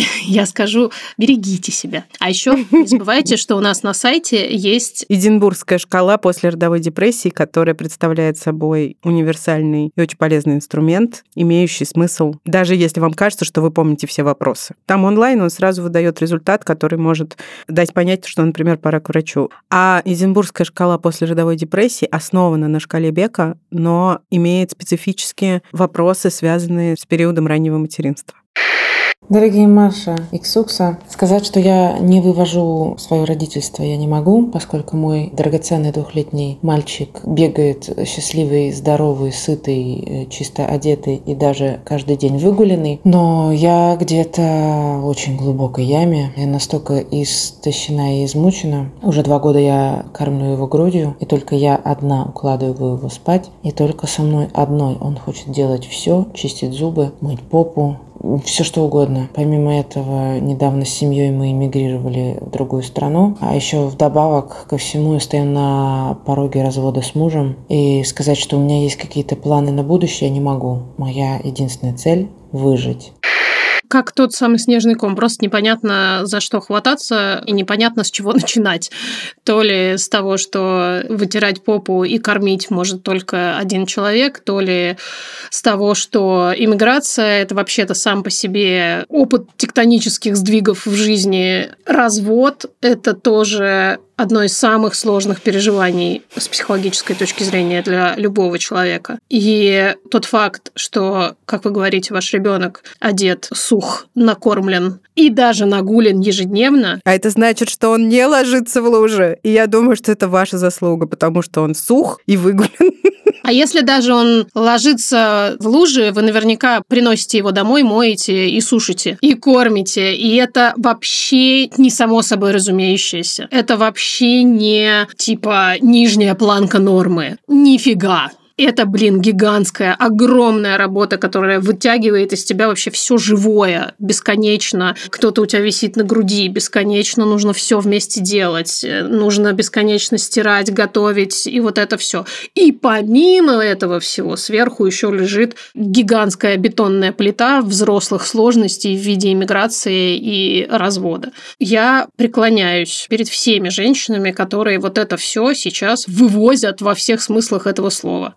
Я скажу, берегите себя. А еще не забывайте, что у нас на сайте есть Эдинбургская шкала послеродовой депрессии, которая представляет собой универсальный и очень полезный инструмент, имеющий смысл, даже если вам кажется, что вы помните все вопросы. Там онлайн он сразу выдает результат, который может дать понять, что, например, пора к врачу. А Эдинбургская шкала послеродовой депрессии основана на шкале Бека, но имеет специфические вопросы, связанные с периодом раннего материнства. Дорогие Маша и Ксукса, сказать, что я не вывожу свое родительство, я не могу, поскольку мой драгоценный двухлетний мальчик бегает счастливый, здоровый, сытый, чисто одетый и даже каждый день выгуленный. Но я где-то в очень глубокой яме. Я настолько истощена и измучена. Уже два года я кормлю его грудью, и только я одна укладываю его спать. И только со мной одной он хочет делать все, чистить зубы, мыть попу, все что угодно. Помимо этого, недавно с семьей мы эмигрировали в другую страну, а еще вдобавок ко всему я стою на пороге развода с мужем, и сказать, что у меня есть какие-то планы на будущее, я не могу. Моя единственная цель – выжить. Как тот самый снежный ком, просто непонятно, за что хвататься и непонятно, с чего начинать. То ли с того, что вытирать попу и кормить может только один человек, то ли с того, что иммиграция – это вообще-то сам по себе опыт тектонических сдвигов в жизни. Развод – это тоже одно из самых сложных переживаний с психологической точки зрения для любого человека. И тот факт, что, как вы говорите, ваш ребенок одет, сух, накормлен и даже нагулен ежедневно. А это значит, что он не ложится в луже. И я думаю, что это ваша заслуга, потому что он сух и выгулен. А если даже он ложится в луже, вы наверняка приносите его домой, моете и сушите, и кормите. И это вообще не само собой разумеющееся. Это вообще не типа нижняя планка нормы. Нифига. Это, блин, гигантская, огромная работа, которая вытягивает из тебя вообще все живое, бесконечно. Кто-то у тебя висит на груди, бесконечно нужно все вместе делать, нужно бесконечно стирать, готовить, и вот это все. И помимо этого всего сверху еще лежит гигантская бетонная плита взрослых сложностей в виде иммиграции и развода. Я преклоняюсь перед всеми женщинами, которые вот это все сейчас вывозят во всех смыслах этого слова.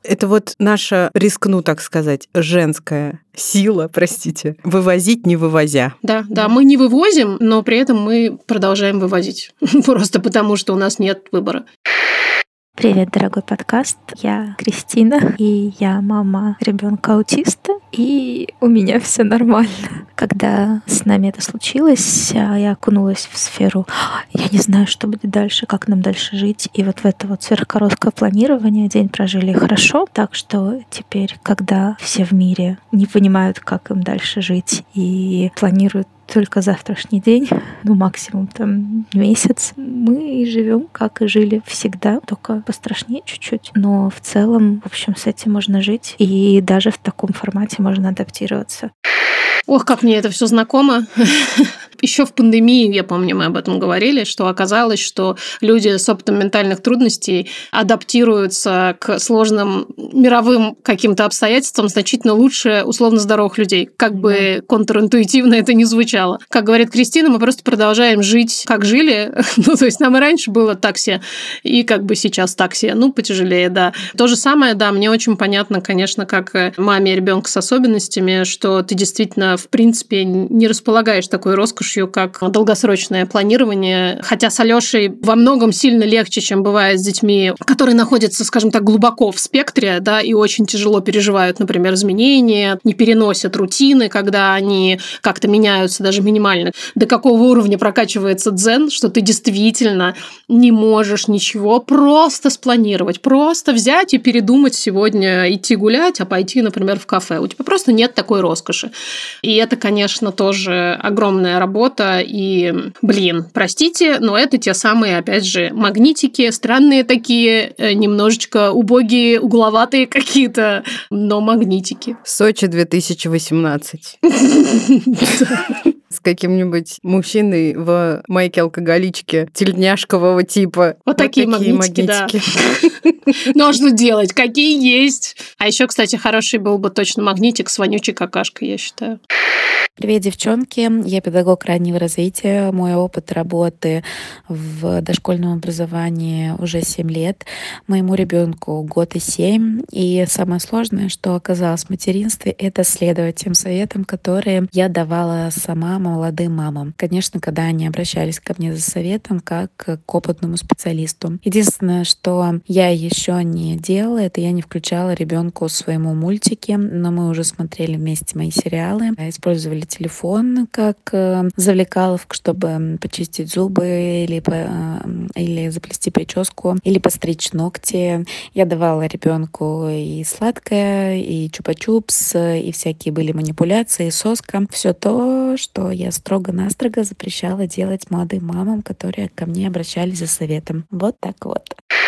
Это вот наша, рискну так сказать, женская сила, простите, вывозить, не вывозя. Да, да, мы не вывозим, но при этом мы продолжаем вывозить. Просто потому, что у нас нет выбора. Привет, дорогой подкаст. Я Кристина, и я мама ребенка аутиста, и у меня все нормально. Когда с нами это случилось, я окунулась в сферу «я не знаю, что будет дальше, как нам дальше жить». И вот в это вот сверхкороткое планирование день прожили хорошо, так что теперь, когда все в мире не понимают, как им дальше жить, и планируют только завтрашний день, ну максимум там месяц, мы живем, как и жили всегда, только пострашнее чуть-чуть. Но в целом, в общем, с этим можно жить, и даже в таком формате можно адаптироваться. Ох, как мне это все знакомо. Еще в пандемии, я помню, мы об этом говорили, что оказалось, что люди с опытом ментальных трудностей адаптируются к сложным мировым каким-то обстоятельствам значительно лучше условно здоровых людей, как бы контринтуитивно это ни звучало. Как говорит Кристина, мы просто продолжаем жить, как жили. Ну, то есть нам и раньше было так себе, и как бы сейчас так себе. Ну, потяжелее, да. То же самое, да, мне очень понятно, конечно, как маме ребенка с особенностями, что ты действительно, в принципе, не располагаешь такой роскошью, как долгосрочное планирование. Хотя с Алёшей во многом сильно легче, чем бывает с детьми, которые находятся, скажем так, глубоко в спектре, да, и очень тяжело переживают, например, изменения, не переносят рутины, когда они как-то меняются даже минимально. До какого уровня прокачивается дзен, что ты действительно не можешь ничего просто спланировать, просто взять и передумать сегодня идти гулять, а пойти, например, в кафе. У тебя просто нет такой роскоши. И это, конечно, тоже огромная работа. И, блин, простите, но это те самые, опять же, магнитики, странные такие, немножечко убогие, угловатые какие-то, но магнитики. Сочи две тысячи восемнадцать. С каким-нибудь мужчиной в майке-алкоголичке тельняшкового типа. Вот такие магнитики, да. Ну а что делать? Какие есть? А еще, кстати, хороший был бы точно магнитик с вонючей какашкой, я считаю. Привет, девчонки! Я педагог раннего развития. Мой опыт работы в дошкольном образовании уже семь лет. Моему ребенку год и семь. И самое сложное, что оказалось в материнстве, это следовать тем советам, которые я давала сама молодым мамам. Конечно, когда они обращались ко мне за советом, как к опытному специалисту. Единственное, что я еще не делала, это я не включала ребенку своему мультики, но мы уже смотрели вместе мои сериалы, использовали телефон как э, завлекаловку, чтобы почистить зубы или, по, э, или заплести прическу, или постричь ногти. Я давала ребенку и сладкое, и чупа-чупс, и всякие были манипуляции, соска. Все то, что я строго-настрого запрещала делать молодым мамам, которые ко мне обращались за советом. Вот так вот.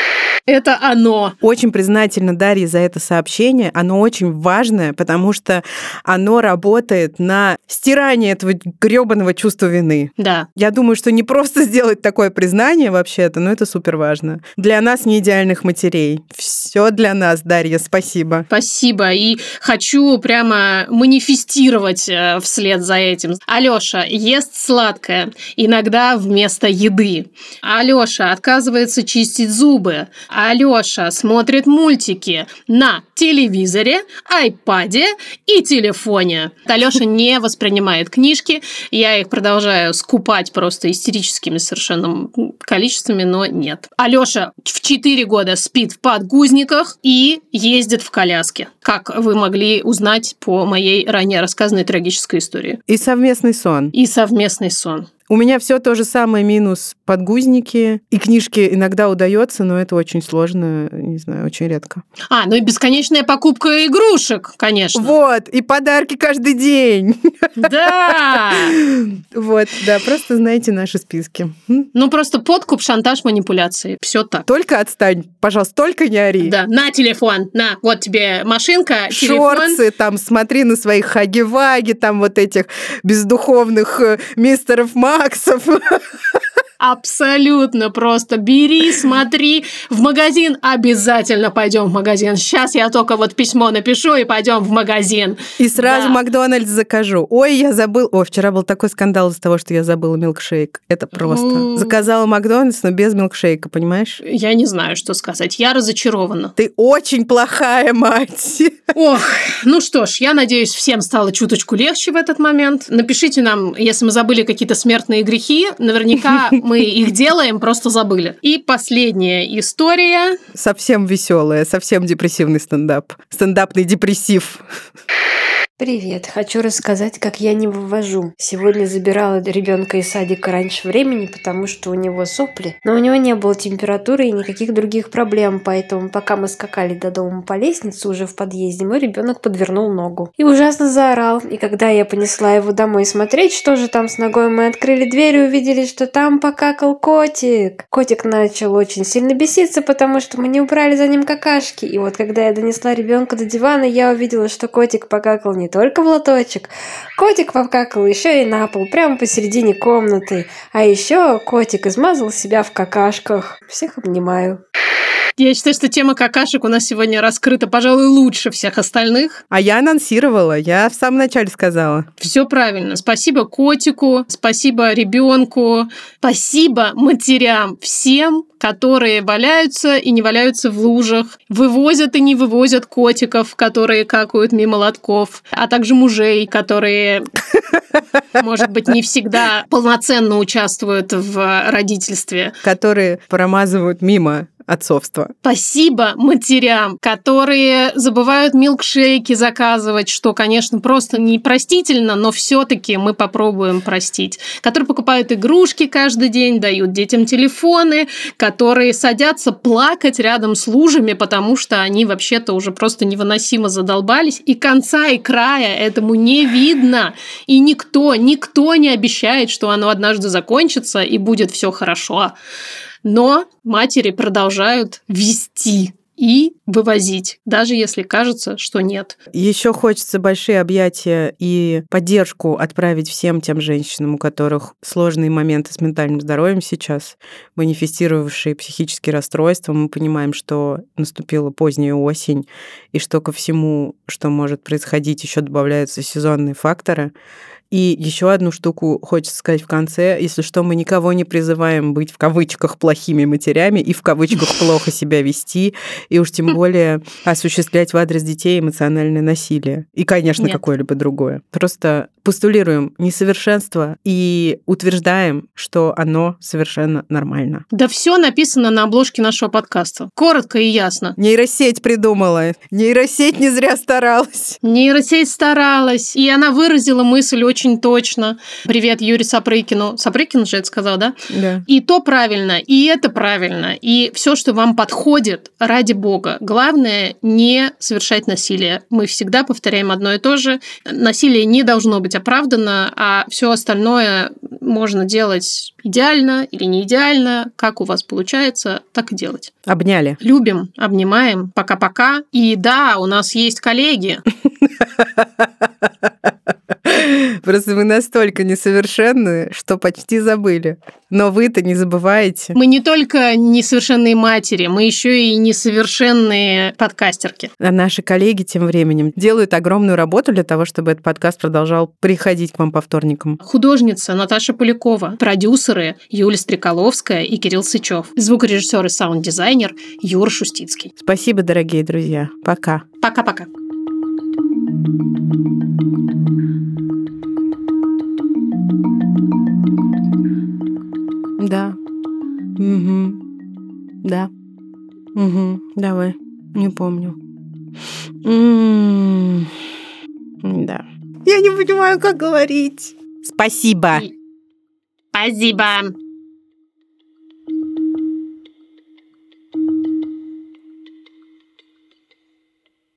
Это оно. Очень признательна Дарье за это сообщение. Оно очень важное, потому что оно работает на стирание этого грёбаного чувства вины. Да. Я думаю, что не просто сделать такое признание вообще-то, но это супер важно. Для нас, не идеальных матерей. Все для нас, Дарья, спасибо. Спасибо. И хочу прямо манифестировать вслед за этим. Алёша ест сладкое, иногда вместо еды. Алёша отказывается чистить зубы. Алёша смотрит мультики на телевизоре, айпаде и телефоне. Алёша не воспринимает книжки. Я их продолжаю скупать просто истерическими совершенно количествами, но нет. Алёша в четыре года спит в подгузниках и ездит в коляске, как вы могли узнать по моей ранее рассказанной трагической истории. И совместный сон. И совместный сон. У меня все то же самое, минус подгузники. И книжки иногда удается, но это очень сложно, не знаю, очень редко. А, ну и бесконечная покупка игрушек, конечно. Вот, и подарки каждый день. Да! Вот, да, просто знаете наши списки. Ну, просто подкуп, шантаж, манипуляции. Все так. Только отстань, пожалуйста, только не ори. Да, на телефон, на, вот тебе машинка, телефон. Шорцы, там, смотри на своих хаги-ваги, там вот этих бездуховных мистеров Максов. Абсолютно просто. Бери, смотри. В магазин обязательно пойдем в магазин. Сейчас я только вот письмо напишу и пойдем в магазин. И сразу Да. Макдональдс закажу. Ой, я забыл. О, вчера был такой скандал из-за того, что я забыла милкшейк. Это просто. М. Заказала Макдональдс, но без милкшейка, понимаешь? Я не знаю, что сказать. Я разочарована. Ты очень плохая мать. Ох, ну что ж, я надеюсь, всем стало чуточку легче в этот момент. Напишите нам, если мы забыли какие-то смертные грехи. Наверняка мы их делаем, просто забыли. И последняя история. Совсем веселая, совсем депрессивный стендап. Стендапный депрессив. Привет, хочу рассказать, как я не вывожу. Сегодня забирала ребенка из садика раньше времени, потому что у него сопли, но у него не было температуры и никаких других проблем, поэтому пока мы скакали до дома по лестнице уже в подъезде, мой ребенок подвернул ногу и ужасно заорал. И когда я понесла его домой смотреть, что же там с ногой, мы открыли дверь и увидели, что там покакал котик. Котик начал очень сильно беситься, потому что мы не убрали за ним какашки. И вот когда я донесла ребенка до дивана, я увидела, что котик покакал не только в лоточек. Котик покакал еще и на пол, прямо посередине комнаты. А еще котик измазал себя в какашках. Всех обнимаю. Я считаю, что тема какашек у нас сегодня раскрыта, пожалуй, лучше всех остальных. А я анонсировала, я в самом начале сказала. Все правильно. Спасибо котику, спасибо ребенку, спасибо матерям, всем, которые валяются и не валяются в лужах, вывозят и не вывозят котиков, которые какают мимо лотков, а также мужей, которые, может быть, не всегда полноценно участвуют в родительстве. Которые промазывают мимо отцовства. Спасибо матерям, которые забывают милкшейки заказывать, что, конечно, просто непростительно, но все-таки мы попробуем простить. Которые покупают игрушки каждый день, дают детям телефоны, которые садятся плакать рядом с лужами, потому что они вообще-то уже просто невыносимо задолбались, и конца и края этому не видно. И никто, никто не обещает, что оно однажды закончится и будет все хорошо. Но матери продолжают вести и вывозить, даже если кажется, что нет. Еще хочется большие объятия и поддержку отправить всем тем женщинам, у которых сложные моменты с ментальным здоровьем сейчас, манифестировавшие психические расстройства. Мы понимаем, что наступила поздняя осень, и что ко всему, что может происходить, еще добавляются сезонные факторы. И еще одну штуку хочется сказать в конце. Если что, мы никого не призываем быть в кавычках плохими матерями и в кавычках плохо себя вести, и уж тем более осуществлять в адрес детей эмоциональное насилие. И, конечно, Нет. какое-либо другое. Просто постулируем несовершенство и утверждаем, что оно совершенно нормально. Да все написано на обложке нашего подкаста. Коротко и ясно. Нейросеть придумала. Нейросеть не зря старалась. Нейросеть старалась, и она выразила мысль очень точно. Привет Юрию Сапрыкину. Сапрыкин же это сказал, да? Да. И то правильно, и это правильно. И все, что вам подходит, ради бога. Главное не совершать насилие. Мы всегда повторяем одно и то же. Насилие не должно быть оправдано, а все остальное можно делать идеально или не идеально. Как у вас получается, так и делать. Обняли. Любим, обнимаем. Пока-пока. И да, у нас есть коллеги. Просто вы настолько несовершенны, что почти забыли. Но вы-то не забываете. Мы не только несовершенные матери, мы еще и несовершенные подкастерки. А наши коллеги тем временем делают огромную работу для того, чтобы этот подкаст продолжал приходить к вам по вторникам. Художница Наташа Полякова, продюсеры Юлия Стрекаловская и Кирилл Сычев, звукорежиссер и саунд-дизайнер Юра Шустицкий. Спасибо, дорогие друзья. Пока. Пока-пока. Да. Угу. Да. Угу. Давай. Не помню. М-м-м. Да. Я не понимаю, как говорить. Спасибо. Спасибо.